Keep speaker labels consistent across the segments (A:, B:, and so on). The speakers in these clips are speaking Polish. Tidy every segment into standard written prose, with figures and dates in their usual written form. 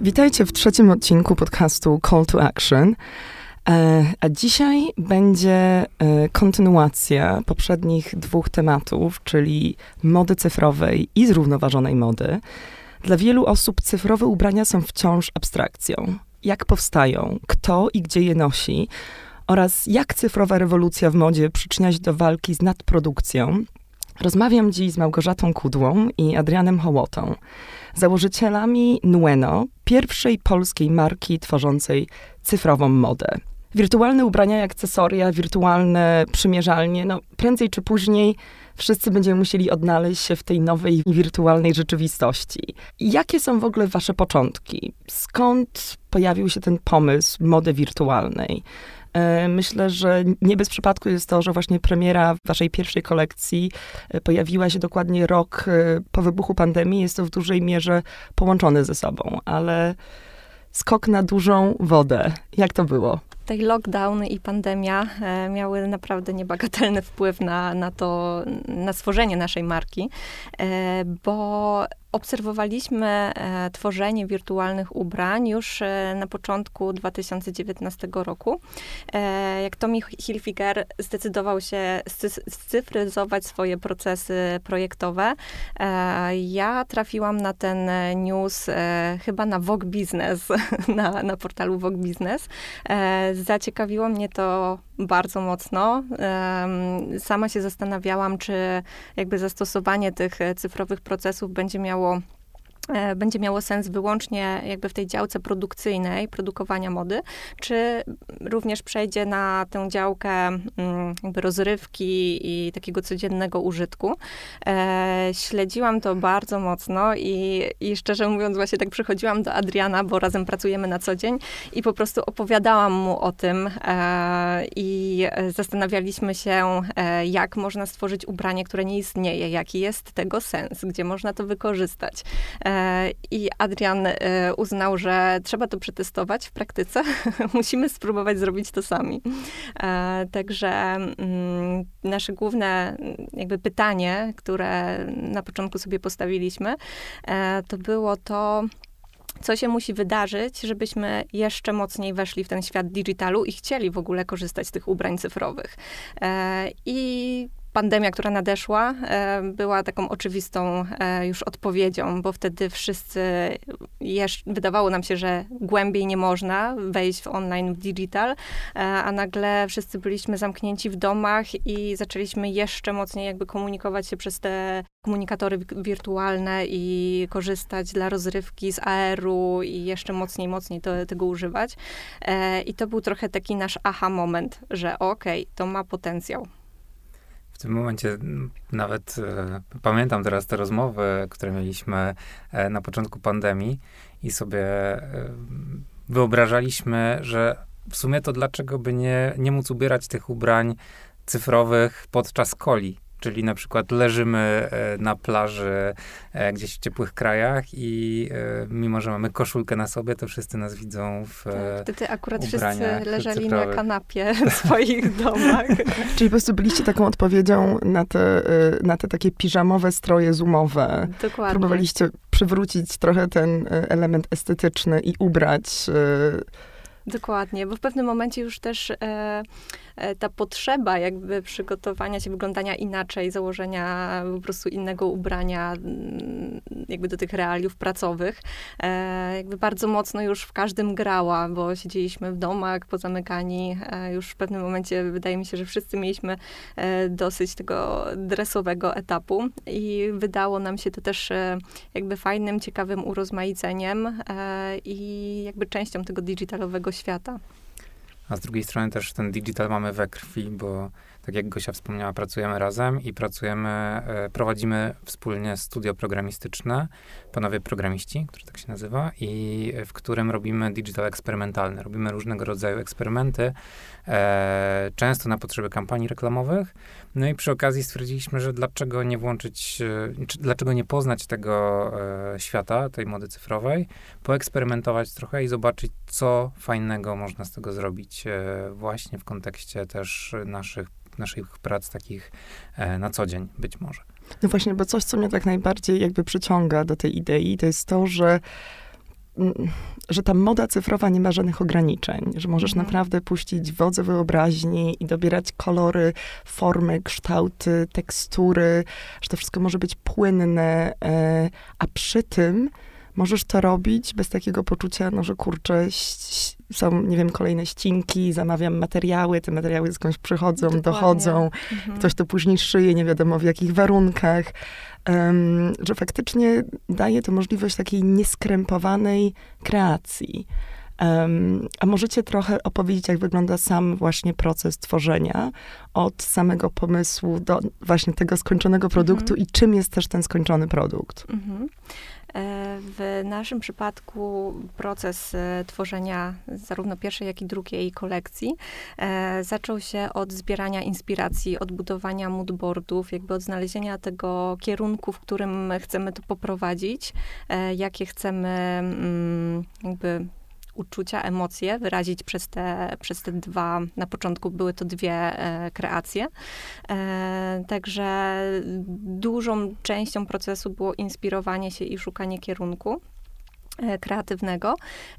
A: Witajcie w trzecim odcinku podcastu Call to Action. A dzisiaj będzie kontynuacja poprzednich dwóch tematów, czyli mody cyfrowej i zrównoważonej mody. Dla wielu osób cyfrowe ubrania są wciąż abstrakcją. Jak powstają, kto i gdzie je nosi oraz jak cyfrowa rewolucja w modzie przyczynia się do walki z nadprodukcją. Rozmawiam dziś z Małgorzatą Kudłą i Adrianem Hołotą, założycielami Nueno, pierwszej polskiej marki tworzącej cyfrową modę. Wirtualne ubrania i akcesoria, wirtualne przymierzalnie, prędzej czy później wszyscy będziemy musieli odnaleźć się w tej nowej wirtualnej rzeczywistości. Jakie są w ogóle wasze początki? Skąd pojawił się ten pomysł mody wirtualnej? Myślę, że nie bez przypadku jest to, że właśnie premiera waszej pierwszej kolekcji pojawiła się dokładnie rok po wybuchu pandemii. Jest to w dużej mierze połączone ze sobą, ale skok na dużą wodę. Jak to było?
B: Tej lockdown i pandemia miały naprawdę niebagatelny wpływ na stworzenie naszej marki, bo obserwowaliśmy tworzenie wirtualnych ubrań już na początku 2019 roku. Jak Tommy Hilfiger zdecydował się scyfryzować swoje procesy projektowe, ja trafiłam na ten news chyba na Vogue Business, na portalu Vogue Business. Zaciekawiło mnie to bardzo mocno. Sama się zastanawiałam, czy jakby zastosowanie tych cyfrowych procesów będzie miało sens wyłącznie jakby w tej działce produkcyjnej, produkowania mody, czy również przejdzie na tę działkę jakby rozrywki i takiego codziennego użytku. Śledziłam to bardzo mocno i szczerze mówiąc właśnie tak przychodziłam do Adriana, bo razem pracujemy na co dzień i po prostu opowiadałam mu o tym i zastanawialiśmy się, jak można stworzyć ubranie, które nie istnieje, jaki jest tego sens, gdzie można to wykorzystać. I Adrian uznał, że trzeba to przetestować w praktyce. Musimy spróbować zrobić to sami. Także nasze główne jakby pytanie, które na początku sobie postawiliśmy, to było to, co się musi wydarzyć, żebyśmy jeszcze mocniej weszli w ten świat digitalu i chcieli w ogóle korzystać z tych ubrań cyfrowych. I pandemia, która nadeszła, była taką oczywistą już odpowiedzią, bo wtedy wszyscy, wydawało nam się, że głębiej nie można wejść w online, w digital, a nagle wszyscy byliśmy zamknięci w domach i zaczęliśmy jeszcze mocniej jakby komunikować się przez te komunikatory wirtualne i korzystać dla rozrywki z AR-u i jeszcze mocniej tego używać. I to był trochę taki nasz aha moment, że okej, to ma potencjał.
C: W tym momencie nawet pamiętam teraz te rozmowy, które mieliśmy na początku pandemii i sobie wyobrażaliśmy, że w sumie to dlaczego by nie móc ubierać tych ubrań cyfrowych podczas coli. Czyli na przykład leżymy na plaży gdzieś w ciepłych krajach i mimo, że mamy koszulkę na sobie, to wszyscy nas widzą w
B: wtedy akurat wszyscy leżeli
C: cyfrowych
B: na kanapie w swoich domach.
A: Czyli po prostu byliście taką odpowiedzią na te takie piżamowe stroje zoomowe.
B: Dokładnie.
A: Próbowaliście przywrócić trochę ten element estetyczny i ubrać.
B: Dokładnie, bo w pewnym momencie już też ta potrzeba jakby przygotowania się, wyglądania inaczej, założenia po prostu innego ubrania jakby do tych realiów pracowych, jakby bardzo mocno już w każdym grała, bo siedzieliśmy w domach pozamykani. Już w pewnym momencie wydaje mi się, że wszyscy mieliśmy dosyć tego dresowego etapu i wydało nam się to też jakby fajnym, ciekawym urozmaiceniem i jakby częścią tego digitalowego świata.
C: A z drugiej strony też ten digital mamy we krwi, bo tak jak Gosia wspomniała, pracujemy razem i prowadzimy wspólnie studio programistyczne, Panowie Programiści, który tak się nazywa, i w którym robimy digital eksperymentalny. Robimy różnego rodzaju eksperymenty, często na potrzeby kampanii reklamowych. No i przy okazji stwierdziliśmy, że dlaczego nie poznać tego świata, tej mody cyfrowej, poeksperymentować trochę i zobaczyć, co fajnego można z tego zrobić właśnie w kontekście też naszych prac takich na co dzień być może.
A: No właśnie, bo coś, co mnie tak najbardziej jakby przyciąga do tej idei, to jest to, że że ta moda cyfrowa nie ma żadnych ograniczeń, że możesz naprawdę puścić wodze wyobraźni i dobierać kolory, formy, kształty, tekstury, że to wszystko może być płynne, a przy tym możesz to robić bez takiego poczucia, no, że kurczę, są, nie wiem, kolejne ścinki, zamawiam materiały, te materiały skądś przychodzą, dokładnie. Dochodzą, ktoś to później szyje, nie wiadomo w jakich warunkach, że faktycznie daje to możliwość takiej nieskrępowanej kreacji. A możecie trochę opowiedzieć, jak wygląda sam właśnie proces tworzenia, od samego pomysłu do właśnie tego skończonego produktu i czym jest też ten skończony produkt?
B: W naszym przypadku proces tworzenia zarówno pierwszej, jak i drugiej kolekcji zaczął się od zbierania inspiracji, od budowania moodboardów, jakby od znalezienia tego kierunku, w którym chcemy to poprowadzić, jakie chcemy jakby uczucia, emocje wyrazić przez te dwa, na początku były to dwie kreacje. Także dużą częścią procesu było inspirowanie się i szukanie kierunku kreatywnego.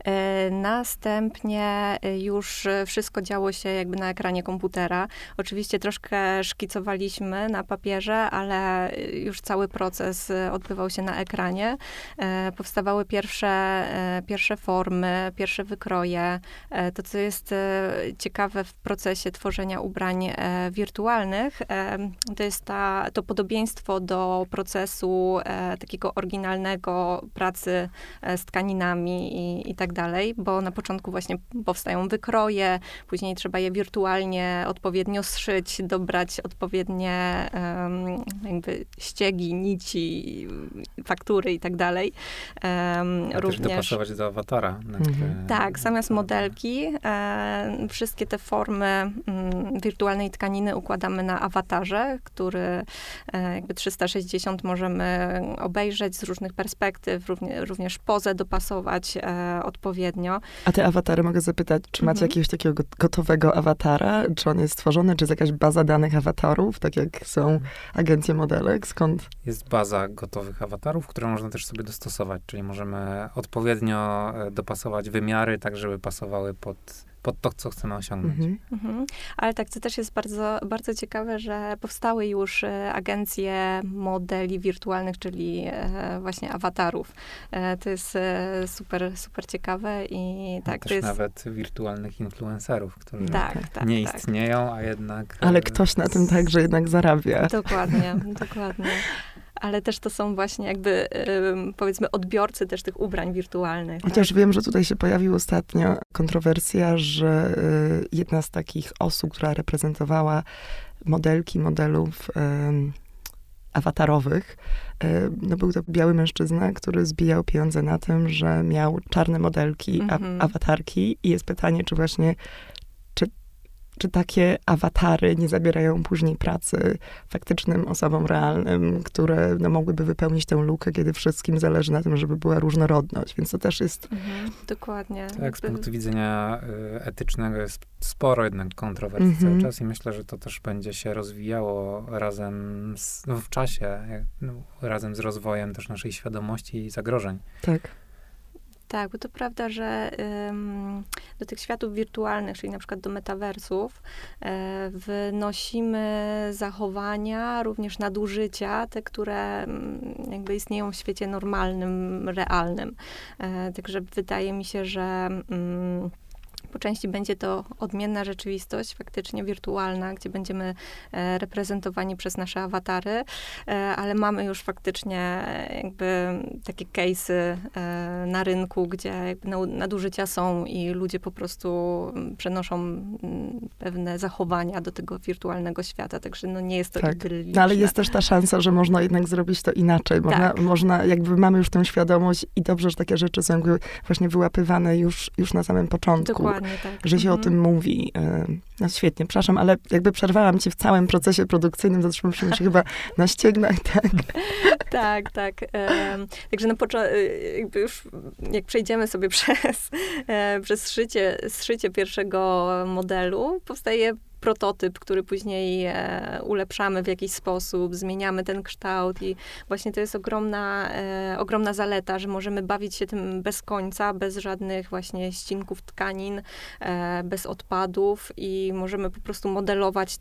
B: Następnie już wszystko działo się jakby na ekranie komputera. Oczywiście troszkę szkicowaliśmy na papierze, ale już cały proces odbywał się na ekranie. Powstawały pierwsze formy, pierwsze wykroje. To, co jest ciekawe w procesie tworzenia ubrań wirtualnych, to jest to podobieństwo do procesu takiego oryginalnego pracy z tkaninami i tak dalej, bo na początku właśnie powstają wykroje, później trzeba je wirtualnie odpowiednio zszyć, dobrać odpowiednie jakby ściegi, nici, faktury i tak dalej.
C: Również też dopasować do awatara.
B: Tak, zamiast modelki, wszystkie te formy wirtualnej tkaniny układamy na awatarze, który jakby 360 możemy obejrzeć z różnych perspektyw, również pozę dopasować odpowiednio.
A: A te awatary, mogę zapytać, czy macie jakiegoś takiego gotowego awatara? Czy on jest stworzony? Czy jest jakaś baza danych awatarów, tak jak są agencje modelek? Skąd?
C: Jest baza gotowych awatarów, które można też sobie dostosować, czyli możemy odpowiednio dopasować wymiary, tak żeby pasowały pod to, co chcemy osiągnąć.
B: Ale tak, co też jest bardzo, bardzo ciekawe, że powstały już agencje modeli wirtualnych, czyli właśnie awatarów. To jest super ciekawe i tak,
C: też
B: to jest...
C: nawet wirtualnych influencerów, którzy
B: nie
C: istnieją, a jednak...
A: Ale ktoś na tym także jednak zarabia.
B: Dokładnie. Ale też to są właśnie jakby, powiedzmy, odbiorcy też tych ubrań wirtualnych.
A: Chociaż wiem, że tutaj się pojawiła ostatnio kontrowersja, że jedna z takich osób, która reprezentowała modelki modelów awatarowych, no był to biały mężczyzna, który zbijał pieniądze na tym, że miał czarne modelki, awatarki i jest pytanie, czy właśnie czy takie awatary nie zabierają później pracy faktycznym osobom realnym, które no, mogłyby wypełnić tę lukę, kiedy wszystkim zależy na tym, żeby była różnorodność. Więc to też jest...
B: Dokładnie.
C: Tak, z punktu widzenia etycznego jest sporo jednak kontrowersji cały czas i myślę, że to też będzie się rozwijało razem w czasie, razem z rozwojem też naszej świadomości i zagrożeń.
A: Tak.
B: Tak, bo to prawda, że do tych światów wirtualnych, czyli na przykład do metaversów, wnosimy zachowania, również nadużycia, te, które jakby istnieją w świecie normalnym, realnym. Także wydaje mi się, że po części będzie to odmienna rzeczywistość, faktycznie wirtualna, gdzie będziemy reprezentowani przez nasze awatary, ale mamy już faktycznie jakby takie case'y na rynku, gdzie jakby nadużycia są i ludzie po prostu przenoszą pewne zachowania do tego wirtualnego świata, także no nie jest to idyliczne.
A: No ale jest też ta szansa, że można jednak zrobić to inaczej. Można jakby mamy już tę świadomość i dobrze, że takie rzeczy są jakby właśnie wyłapywane już na samym początku.
B: Dokładnie, tak.
A: Że się o tym mówi. No świetnie, przepraszam, ale jakby przerwałam ci w całym procesie produkcyjnym, zatrzymaliśmy się chyba na ściegnach, tak?
B: Tak. Także na początku, jakby już jak przejdziemy sobie przez zszycie pierwszego modelu, powstaje prototyp, który później ulepszamy w jakiś sposób, zmieniamy ten kształt i właśnie to jest ogromna zaleta, że możemy bawić się tym bez końca, bez żadnych właśnie ścinków tkanin, bez odpadów i możemy po prostu modelować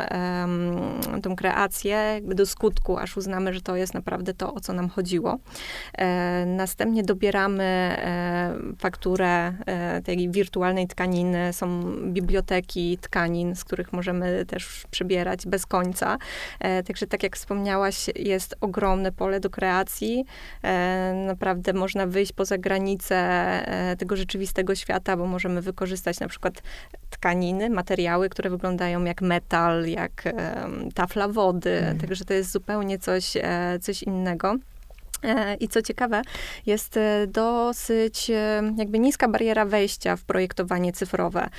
B: tą kreację jakby do skutku, aż uznamy, że to jest naprawdę to, o co nam chodziło. Następnie dobieramy fakturę tej wirtualnej tkaniny. Są biblioteki tkanin, z których możemy też przebierać bez końca. Także tak jak wspomniałaś, jest ogromne pole do kreacji. Naprawdę można wyjść poza granice tego rzeczywistego świata, bo możemy wykorzystać na przykład tkaniny, materiały, które wyglądają jak metal, jak tafla wody. Także to jest zupełnie coś innego. I co ciekawe, jest dosyć jakby niska bariera wejścia w projektowanie cyfrowe,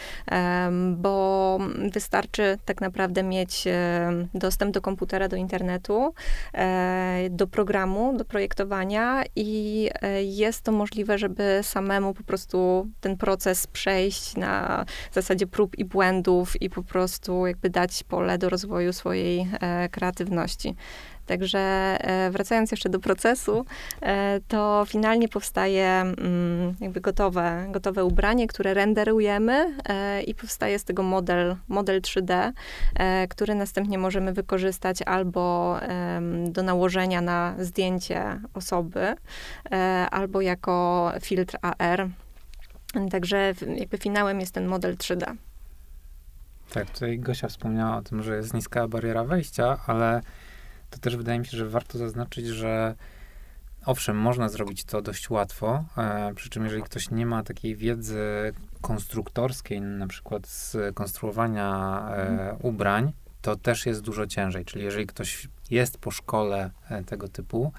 B: bo wystarczy tak naprawdę mieć dostęp do komputera, do internetu, do programu, do projektowania i jest to możliwe, żeby samemu po prostu ten proces przejść na zasadzie prób i błędów i po prostu jakby dać pole do rozwoju swojej kreatywności. Także wracając jeszcze do procesu, to finalnie powstaje jakby gotowe ubranie, które renderujemy i powstaje z tego model 3D, który następnie możemy wykorzystać albo do nałożenia na zdjęcie osoby, albo jako filtr AR. Także jakby finałem jest ten model 3D.
C: Tak, tutaj Gosia wspomniała o tym, że jest niska bariera wejścia, ale to też wydaje mi się, że warto zaznaczyć, że owszem, można zrobić to dość łatwo, przy czym jeżeli ktoś nie ma takiej wiedzy konstruktorskiej, na przykład z konstruowania ubrań, to też jest dużo ciężej. Czyli jeżeli ktoś jest po szkole tego typu,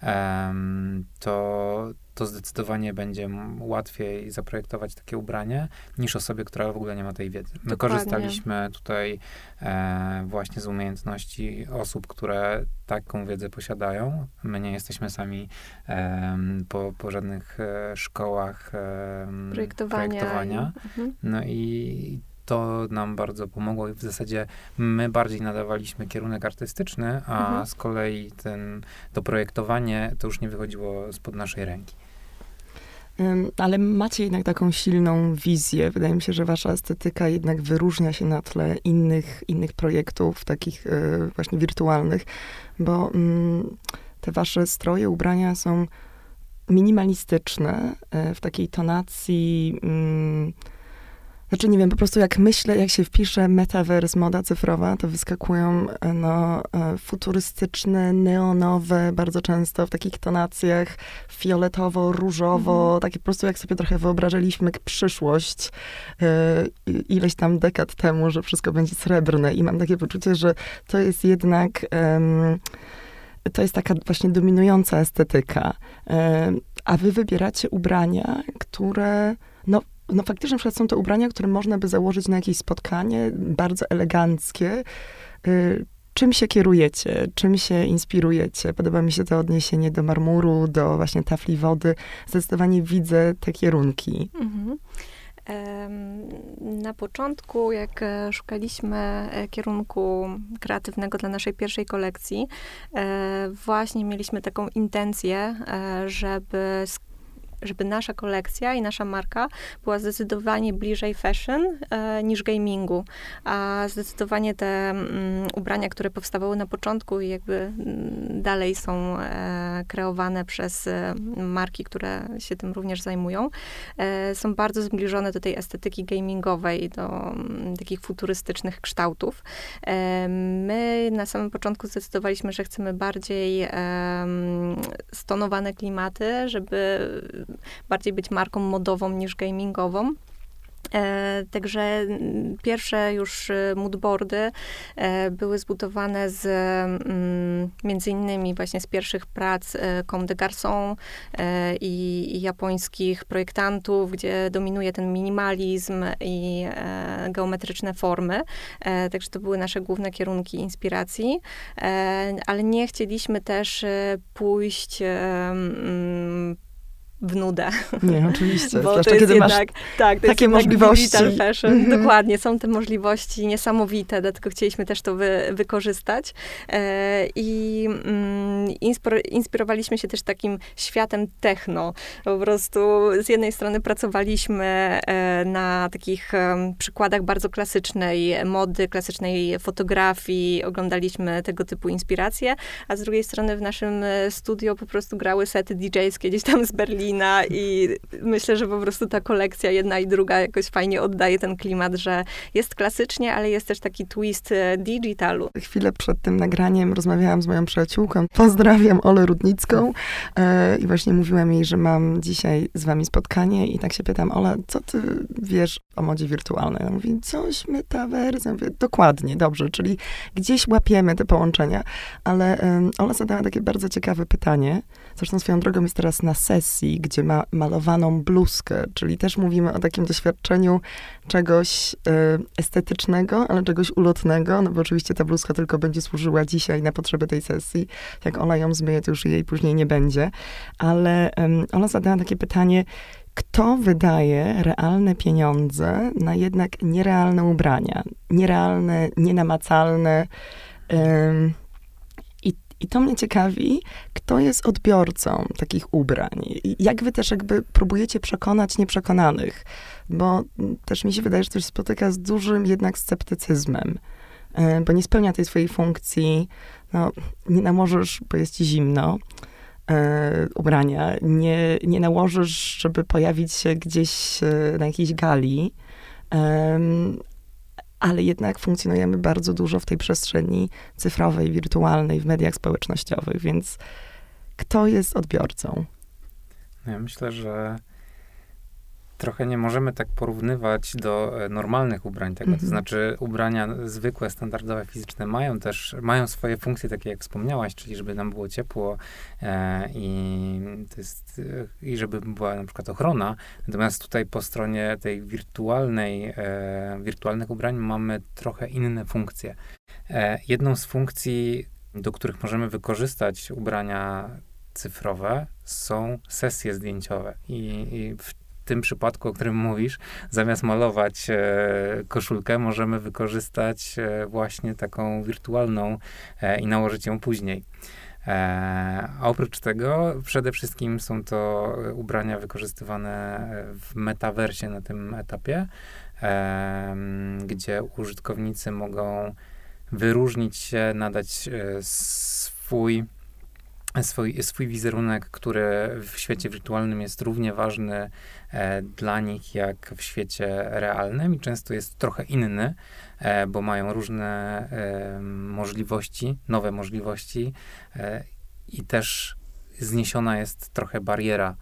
C: to zdecydowanie będzie łatwiej zaprojektować takie ubranie, niż osobie, która w ogóle nie ma tej wiedzy. My korzystaliśmy tutaj właśnie z umiejętności osób, które taką wiedzę posiadają. My nie jesteśmy sami po żadnych szkołach projektowania. No i to nam bardzo pomogło i w zasadzie my bardziej nadawaliśmy kierunek artystyczny, a z kolei to projektowanie to już nie wychodziło spod naszej ręki.
A: Ale macie jednak taką silną wizję. Wydaje mi się, że wasza estetyka jednak wyróżnia się na tle innych projektów, takich właśnie wirtualnych, bo te wasze stroje, ubrania są minimalistyczne, w takiej tonacji. Znaczy, nie wiem, po prostu jak myślę, jak się wpisze metaverse, moda cyfrowa, to wyskakują futurystyczne, neonowe, bardzo często w takich tonacjach fioletowo, różowo, takie po prostu jak sobie trochę wyobrażaliśmy przyszłość ileś tam dekad temu, że wszystko będzie srebrne i mam takie poczucie, że to jest jednak to jest taka właśnie dominująca estetyka. A wy wybieracie ubrania, które no faktycznie na przykład są to ubrania, które można by założyć na jakieś spotkanie, bardzo eleganckie. Czym się kierujecie? Czym się inspirujecie? Podoba mi się to odniesienie do marmuru, do właśnie tafli wody. Zdecydowanie widzę te kierunki.
B: Na początku, jak szukaliśmy kierunku kreatywnego dla naszej pierwszej kolekcji, właśnie mieliśmy taką intencję, żeby nasza kolekcja i nasza marka była zdecydowanie bliżej fashion niż gamingu. A zdecydowanie te ubrania, które powstawały na początku i jakby dalej są kreowane przez marki, które się tym również zajmują, są bardzo zbliżone do tej estetyki gamingowej, do takich futurystycznych kształtów. My na samym początku zdecydowaliśmy, że chcemy bardziej stonowane klimaty, żeby bardziej być marką modową niż gamingową. Także pierwsze już moodboardy były zbudowane między innymi właśnie z pierwszych prac Comme des Garçons i japońskich projektantów, gdzie dominuje ten minimalizm i geometryczne formy. Także to były nasze główne kierunki inspiracji, ale nie chcieliśmy też pójść w nudę.
A: Nie, oczywiście.
B: Bo
A: zwłaszcza
B: to jest
A: kiedy masz
B: jednak, tak, to
A: takie
B: jest
A: możliwości.
B: Digital fashion. Dokładnie, są te możliwości niesamowite, dlatego chcieliśmy też to wykorzystać. I inspirowaliśmy się też takim światem techno. Po prostu z jednej strony pracowaliśmy na takich przykładach bardzo klasycznej mody, klasycznej fotografii, oglądaliśmy tego typu inspiracje, a z drugiej strony w naszym studio po prostu grały sety DJ-skie gdzieś tam z Berlina i myślę, że po prostu ta kolekcja jedna i druga jakoś fajnie oddaje ten klimat, że jest klasycznie, ale jest też taki twist digitalu.
A: Chwilę przed tym nagraniem rozmawiałam z moją przyjaciółką. Pozdrawiam Olę Rudnicką. I właśnie mówiłam jej, że mam dzisiaj z wami spotkanie i tak się pytam, Ola, co ty wiesz o modzie wirtualnej? Ona mówi, coś metaverse. Ja mówię, dokładnie, dobrze, czyli gdzieś łapiemy te połączenia, ale Ola zadała takie bardzo ciekawe pytanie. Zresztą swoją drogą jest teraz na sesji, gdzie ma malowaną bluzkę, czyli też mówimy o takim doświadczeniu czegoś estetycznego, ale czegoś ulotnego, no bo oczywiście ta bluzka tylko będzie służyła dzisiaj na potrzeby tej sesji. Jak Ola ją zmyje, to już jej później nie będzie. Ale Ola zadała takie pytanie, kto wydaje realne pieniądze na jednak nierealne ubrania? Nierealne, nienamacalne. I to mnie ciekawi, kto jest odbiorcą takich ubrań. I jak wy też jakby próbujecie przekonać nieprzekonanych? Bo też mi się wydaje, że to się spotyka z dużym jednak sceptycyzmem. Bo nie spełnia tej swojej funkcji. No, nie nałożysz, bo jest ci zimno. Ubrania. Nie nałożysz, żeby pojawić się gdzieś na jakiejś gali. Ale jednak funkcjonujemy bardzo dużo w tej przestrzeni cyfrowej, wirtualnej, w mediach społecznościowych, więc kto jest odbiorcą?
C: Ja myślę, że trochę nie możemy tak porównywać do normalnych ubrań tego. To znaczy ubrania zwykłe, standardowe, fizyczne mają swoje funkcje, takie jak wspomniałaś, czyli żeby nam było ciepło i żeby była na przykład ochrona. Natomiast tutaj po stronie tej wirtualnych ubrań mamy trochę inne funkcje. Jedną z funkcji, do których możemy wykorzystać ubrania cyfrowe, są sesje zdjęciowe. I w tym przypadku, o którym mówisz, zamiast malować koszulkę, możemy wykorzystać właśnie taką wirtualną i nałożyć ją później. A oprócz tego przede wszystkim są to ubrania wykorzystywane w metaversie na tym etapie, gdzie użytkownicy mogą wyróżnić się, nadać swój wizerunek, który w świecie wirtualnym jest równie ważny dla nich, jak w świecie realnym i często jest trochę inny, bo mają różne możliwości, nowe możliwości i też zniesiona jest trochę bariera,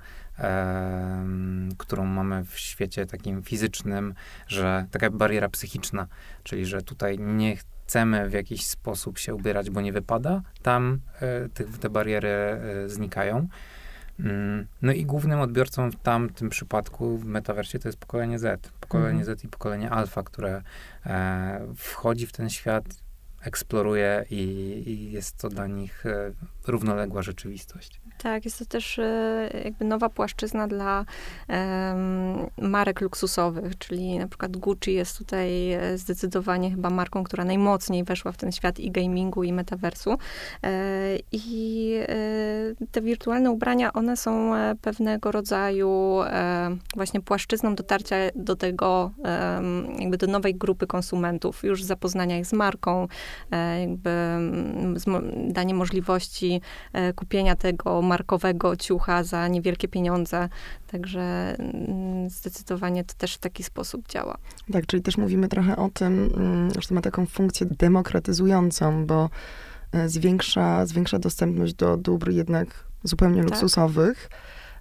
C: którą mamy w świecie takim fizycznym, że taka bariera psychiczna, czyli że tutaj nie chcemy w jakiś sposób się ubierać, bo nie wypada, tam te bariery znikają. No i głównym odbiorcą w tamtym przypadku w metaversie to jest pokolenie Z. Pokolenie Z i pokolenie Alfa, które wchodzi w ten świat, eksploruje i jest to dla nich równoległa rzeczywistość.
B: Tak, jest to też jakby nowa płaszczyzna dla marek luksusowych, czyli na przykład Gucci jest tutaj zdecydowanie chyba marką, która najmocniej weszła w ten świat i gamingu, i metaversu. I te wirtualne ubrania, one są pewnego rodzaju właśnie płaszczyzną dotarcia do tego, jakby do nowej grupy konsumentów, już zapoznania ich z marką, jakby danie możliwości kupienia tego markowego ciucha za niewielkie pieniądze. Także zdecydowanie to też w taki sposób działa.
A: Tak, czyli też mówimy trochę o tym, że to ma taką funkcję demokratyzującą, bo zwiększa dostępność do dóbr jednak zupełnie luksusowych.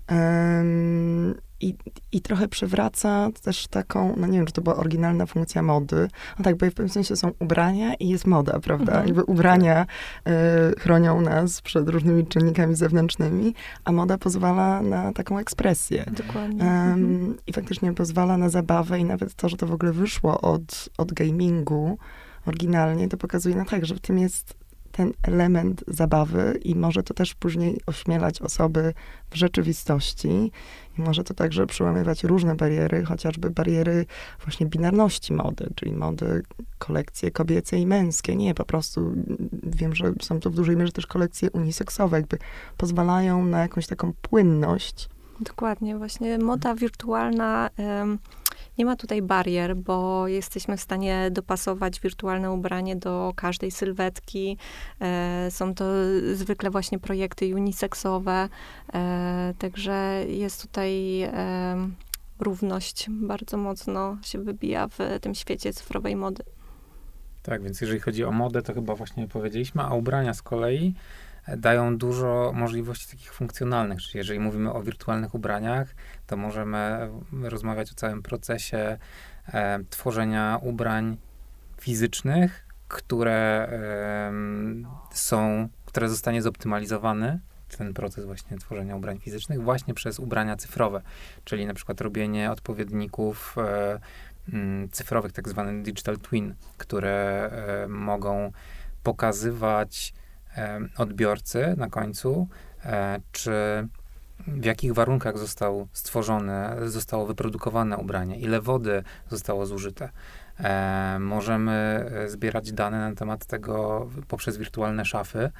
A: I trochę przywraca też taką, no nie wiem, czy to była oryginalna funkcja mody. No tak, bo w pewnym sensie są ubrania i jest moda, prawda? Jakby ubrania chronią nas przed różnymi czynnikami zewnętrznymi, a moda pozwala na taką ekspresję.
B: Dokładnie.
A: I faktycznie pozwala na zabawę i nawet to, że to w ogóle wyszło od gamingu oryginalnie, to pokazuje, no tak, że w tym jest ten element zabawy i może to też później ośmielać osoby w rzeczywistości i może to także przełamywać różne bariery, chociażby bariery właśnie binarności mody, czyli mody, kolekcje kobiece i męskie. Nie, po prostu wiem, że są to w dużej mierze też kolekcje uniseksowe, jakby pozwalają na jakąś taką płynność.
B: Dokładnie, właśnie moda wirtualna, nie ma tutaj barier, bo jesteśmy w stanie dopasować wirtualne ubranie do każdej sylwetki. Są to zwykle właśnie projekty uniseksowe, także jest tutaj równość bardzo mocno się wybija w tym świecie cyfrowej mody.
C: Tak, więc jeżeli chodzi o modę, to chyba właśnie powiedzieliśmy, a ubrania z kolei dają dużo możliwości takich funkcjonalnych, czyli jeżeli mówimy o wirtualnych ubraniach, to możemy rozmawiać o całym procesie tworzenia ubrań fizycznych, które zostanie zoptymalizowany, ten proces właśnie tworzenia ubrań fizycznych, właśnie przez ubrania cyfrowe, czyli na przykład robienie odpowiedników cyfrowych, tak zwany digital twin, które mogą pokazywać odbiorcy na końcu, czy w jakich warunkach zostało wyprodukowane ubranie, ile wody zostało zużyte. Możemy zbierać dane na temat tego poprzez wirtualne szafy,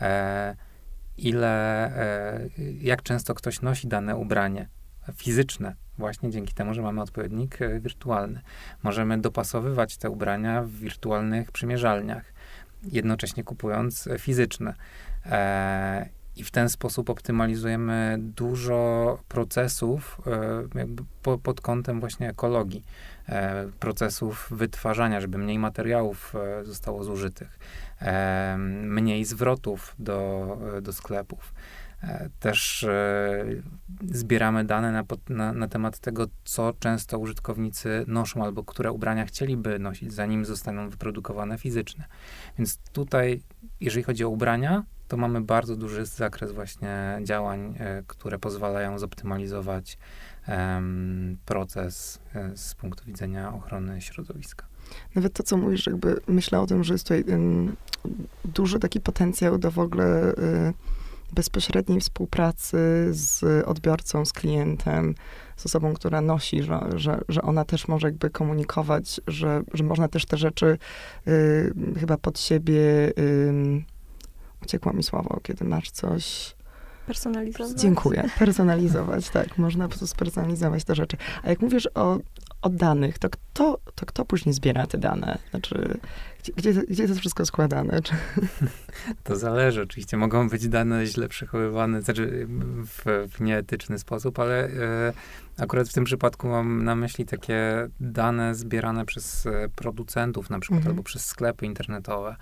C: jak często ktoś nosi dane ubranie fizyczne, właśnie dzięki temu, że mamy odpowiednik wirtualny. Możemy dopasowywać te ubrania w wirtualnych przymierzalniach, jednocześnie kupując fizyczne. I w ten sposób optymalizujemy dużo procesów jakby pod kątem właśnie ekologii, procesów wytwarzania, żeby mniej materiałów zostało zużytych, mniej zwrotów do sklepów. Też zbieramy dane na temat tego, co często użytkownicy noszą, albo które ubrania chcieliby nosić, zanim zostaną wyprodukowane fizyczne. Więc tutaj, jeżeli chodzi o ubrania, to mamy bardzo duży zakres właśnie działań, które pozwalają zoptymalizować proces z punktu widzenia ochrony środowiska.
A: Nawet to, co mówisz, jakby myślę o tym, że jest tutaj duży taki potencjał do w ogóle bezpośredniej współpracy z odbiorcą, z klientem, z osobą, która nosi, że ona też może jakby komunikować, że można też te rzeczy chyba pod siebie, uciekło mi słowo, kiedy masz coś...
B: Personalizować.
A: Dziękuję. Personalizować, tak. Można po prostu spersonalizować te rzeczy. A jak mówisz o danych, to kto później zbiera te dane? Znaczy, gdzie to wszystko składane?
C: To zależy. Oczywiście mogą być dane źle przechowywane, znaczy w nieetyczny sposób, ale akurat w tym przypadku mam na myśli takie dane zbierane przez producentów na przykład, albo przez sklepy internetowe.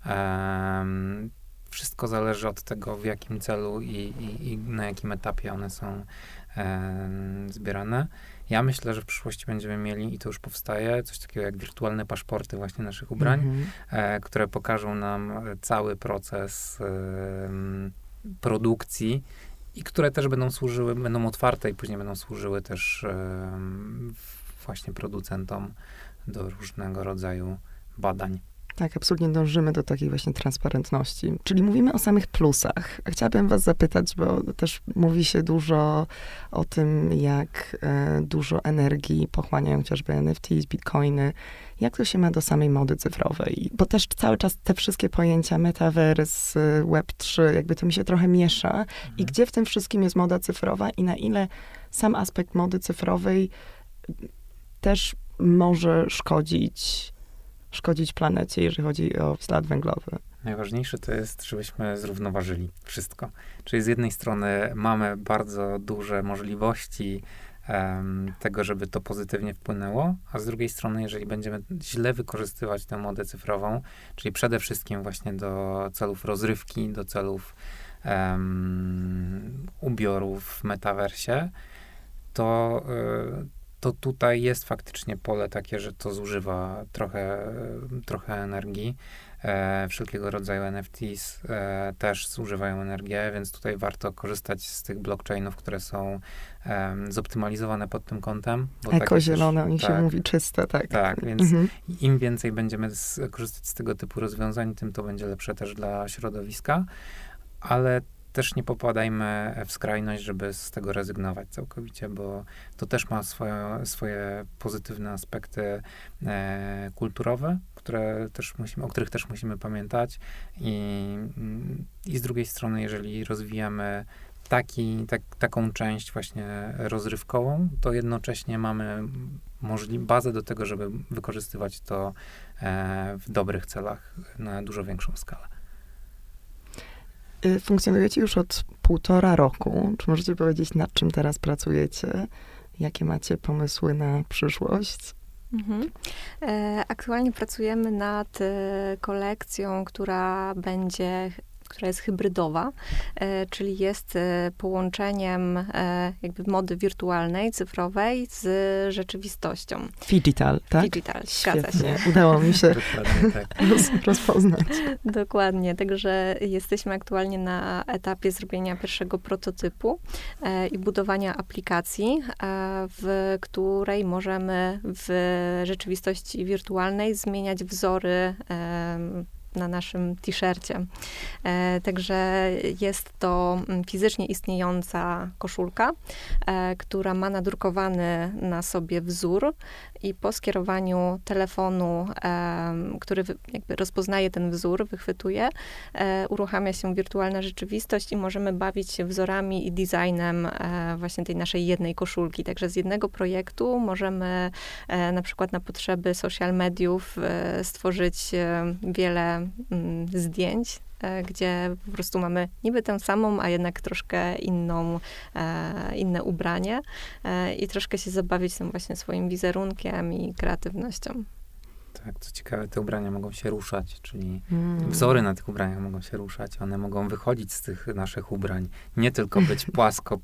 C: Wszystko zależy od tego, w jakim celu i na jakim etapie one są zbierane. Ja myślę, że w przyszłości będziemy mieli, i to już powstaje, coś takiego jak wirtualne paszporty właśnie naszych ubrań, które pokażą nam cały proces produkcji i które też będą otwarte i później będą służyły też właśnie producentom do różnego rodzaju badań.
A: Tak, absolutnie dążymy do takiej właśnie transparentności. Czyli mówimy o samych plusach. Chciałabym was zapytać, bo też mówi się dużo o tym, jak dużo energii pochłaniają chociażby NFTs, bitcoiny. Jak to się ma do samej mody cyfrowej? Bo też cały czas te wszystkie pojęcia metaverse, Web3, jakby to mi się trochę miesza. I gdzie w tym wszystkim jest moda cyfrowa i na ile sam aspekt mody cyfrowej też może szkodzić planecie, jeżeli chodzi o ślad węglowy.
C: Najważniejsze to jest, żebyśmy zrównoważyli wszystko. Czyli z jednej strony mamy bardzo duże możliwości tego, żeby to pozytywnie wpłynęło, a z drugiej strony, jeżeli będziemy źle wykorzystywać tę modę cyfrową, czyli przede wszystkim właśnie do celów rozrywki, do celów ubiorów w metaversie, to tutaj jest faktycznie pole takie, że to zużywa trochę energii. wszelkiego rodzaju NFTs też zużywają energię, więc tutaj warto korzystać z tych blockchainów, które są zoptymalizowane pod tym kątem.
A: Ekozielone, oni się mówi czyste, tak.
C: Tak, więc im więcej będziemy korzystać z tego typu rozwiązań, tym to będzie lepsze też dla środowiska, ale też nie popadajmy w skrajność, żeby z tego rezygnować całkowicie, bo to też ma swoje pozytywne aspekty kulturowe, o których też musimy pamiętać i z drugiej strony, jeżeli rozwijamy taką część właśnie rozrywkową, to jednocześnie mamy bazę do tego, żeby wykorzystywać to w dobrych celach na dużo większą skalę.
A: Funkcjonujecie już od 1,5 roku. Czy możecie powiedzieć, nad czym teraz pracujecie? Jakie macie pomysły na przyszłość?
B: Aktualnie pracujemy nad kolekcją, która jest hybrydowa, czyli jest połączeniem jakby mody wirtualnej, cyfrowej z rzeczywistością.
A: Digital, tak?
B: Digital, zgadza się.
A: Udało mi się
C: tak.
A: rozpoznać.
B: Dokładnie, także jesteśmy aktualnie na etapie zrobienia pierwszego prototypu i budowania aplikacji, w której możemy w rzeczywistości wirtualnej zmieniać wzory na naszym t-shircie. Także jest to fizycznie istniejąca koszulka, która ma nadrukowany na sobie wzór i po skierowaniu telefonu, który jakby rozpoznaje ten wzór, wychwytuje, uruchamia się wirtualna rzeczywistość i możemy bawić się wzorami i designem właśnie tej naszej jednej koszulki. Także z jednego projektu możemy na przykład na potrzeby social mediów stworzyć wiele zdjęć, gdzie po prostu mamy niby tę samą, a jednak troszkę inne ubranie i troszkę się zabawić tym właśnie swoim wizerunkiem i kreatywnością.
C: Tak, co ciekawe, te ubrania mogą się ruszać, czyli wzory na tych ubraniach mogą się ruszać, one mogą wychodzić z tych naszych ubrań, nie tylko być płasko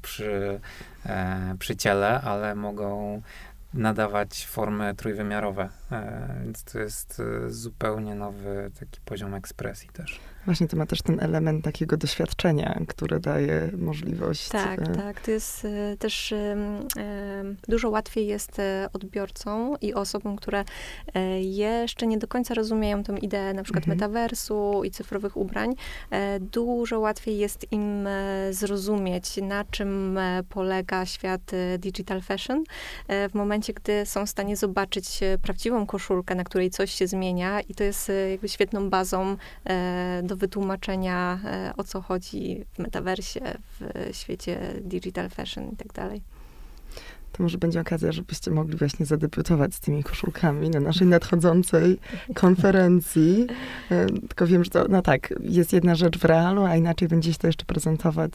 C: przy ciele, ale mogą nadawać formy trójwymiarowe, więc to jest zupełnie nowy taki poziom ekspresji też.
A: Właśnie to ma też ten element takiego doświadczenia, które daje możliwość...
B: Tak. To jest też dużo łatwiej jest odbiorcom i osobom, które jeszcze nie do końca rozumieją tę ideę na przykład metaversu i cyfrowych ubrań. Dużo łatwiej jest im zrozumieć, na czym polega świat digital fashion. W momencie, gdy są w stanie zobaczyć prawdziwą koszulkę, na której coś się zmienia i to jest jakby świetną bazą do wytłumaczenia, o co chodzi w metaversie, w świecie digital fashion i tak dalej.
A: To może będzie okazja, żebyście mogli właśnie zadebiutować z tymi koszulkami na naszej nadchodzącej konferencji. Tylko wiem, że to, no tak, jest jedna rzecz w realu, a inaczej będzie się to jeszcze prezentować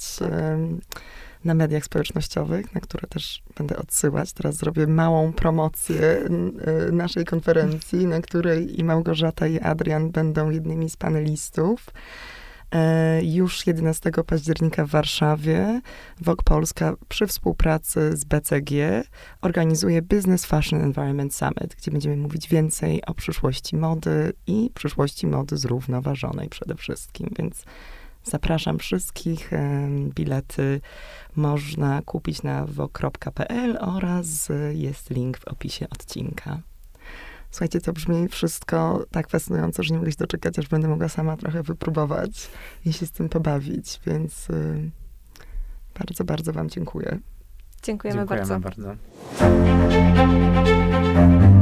A: na mediach społecznościowych, na które też będę odsyłać. Teraz zrobię małą promocję naszej konferencji, na której i Małgorzata, i Adrian będą jednymi z panelistów. Już 11 października w Warszawie Vogue Polska przy współpracy z BCG organizuje Business Fashion Environment Summit, gdzie będziemy mówić więcej o przyszłości mody i przyszłości mody zrównoważonej przede wszystkim, więc zapraszam wszystkich. Bilety można kupić na vogue.pl oraz jest link w opisie odcinka. Słuchajcie, to brzmi wszystko tak fascynująco, że nie mogę się doczekać, aż będę mogła sama trochę wypróbować i się z tym pobawić, więc bardzo, bardzo wam dziękuję.
B: Dziękujemy bardzo.
C: bardzo.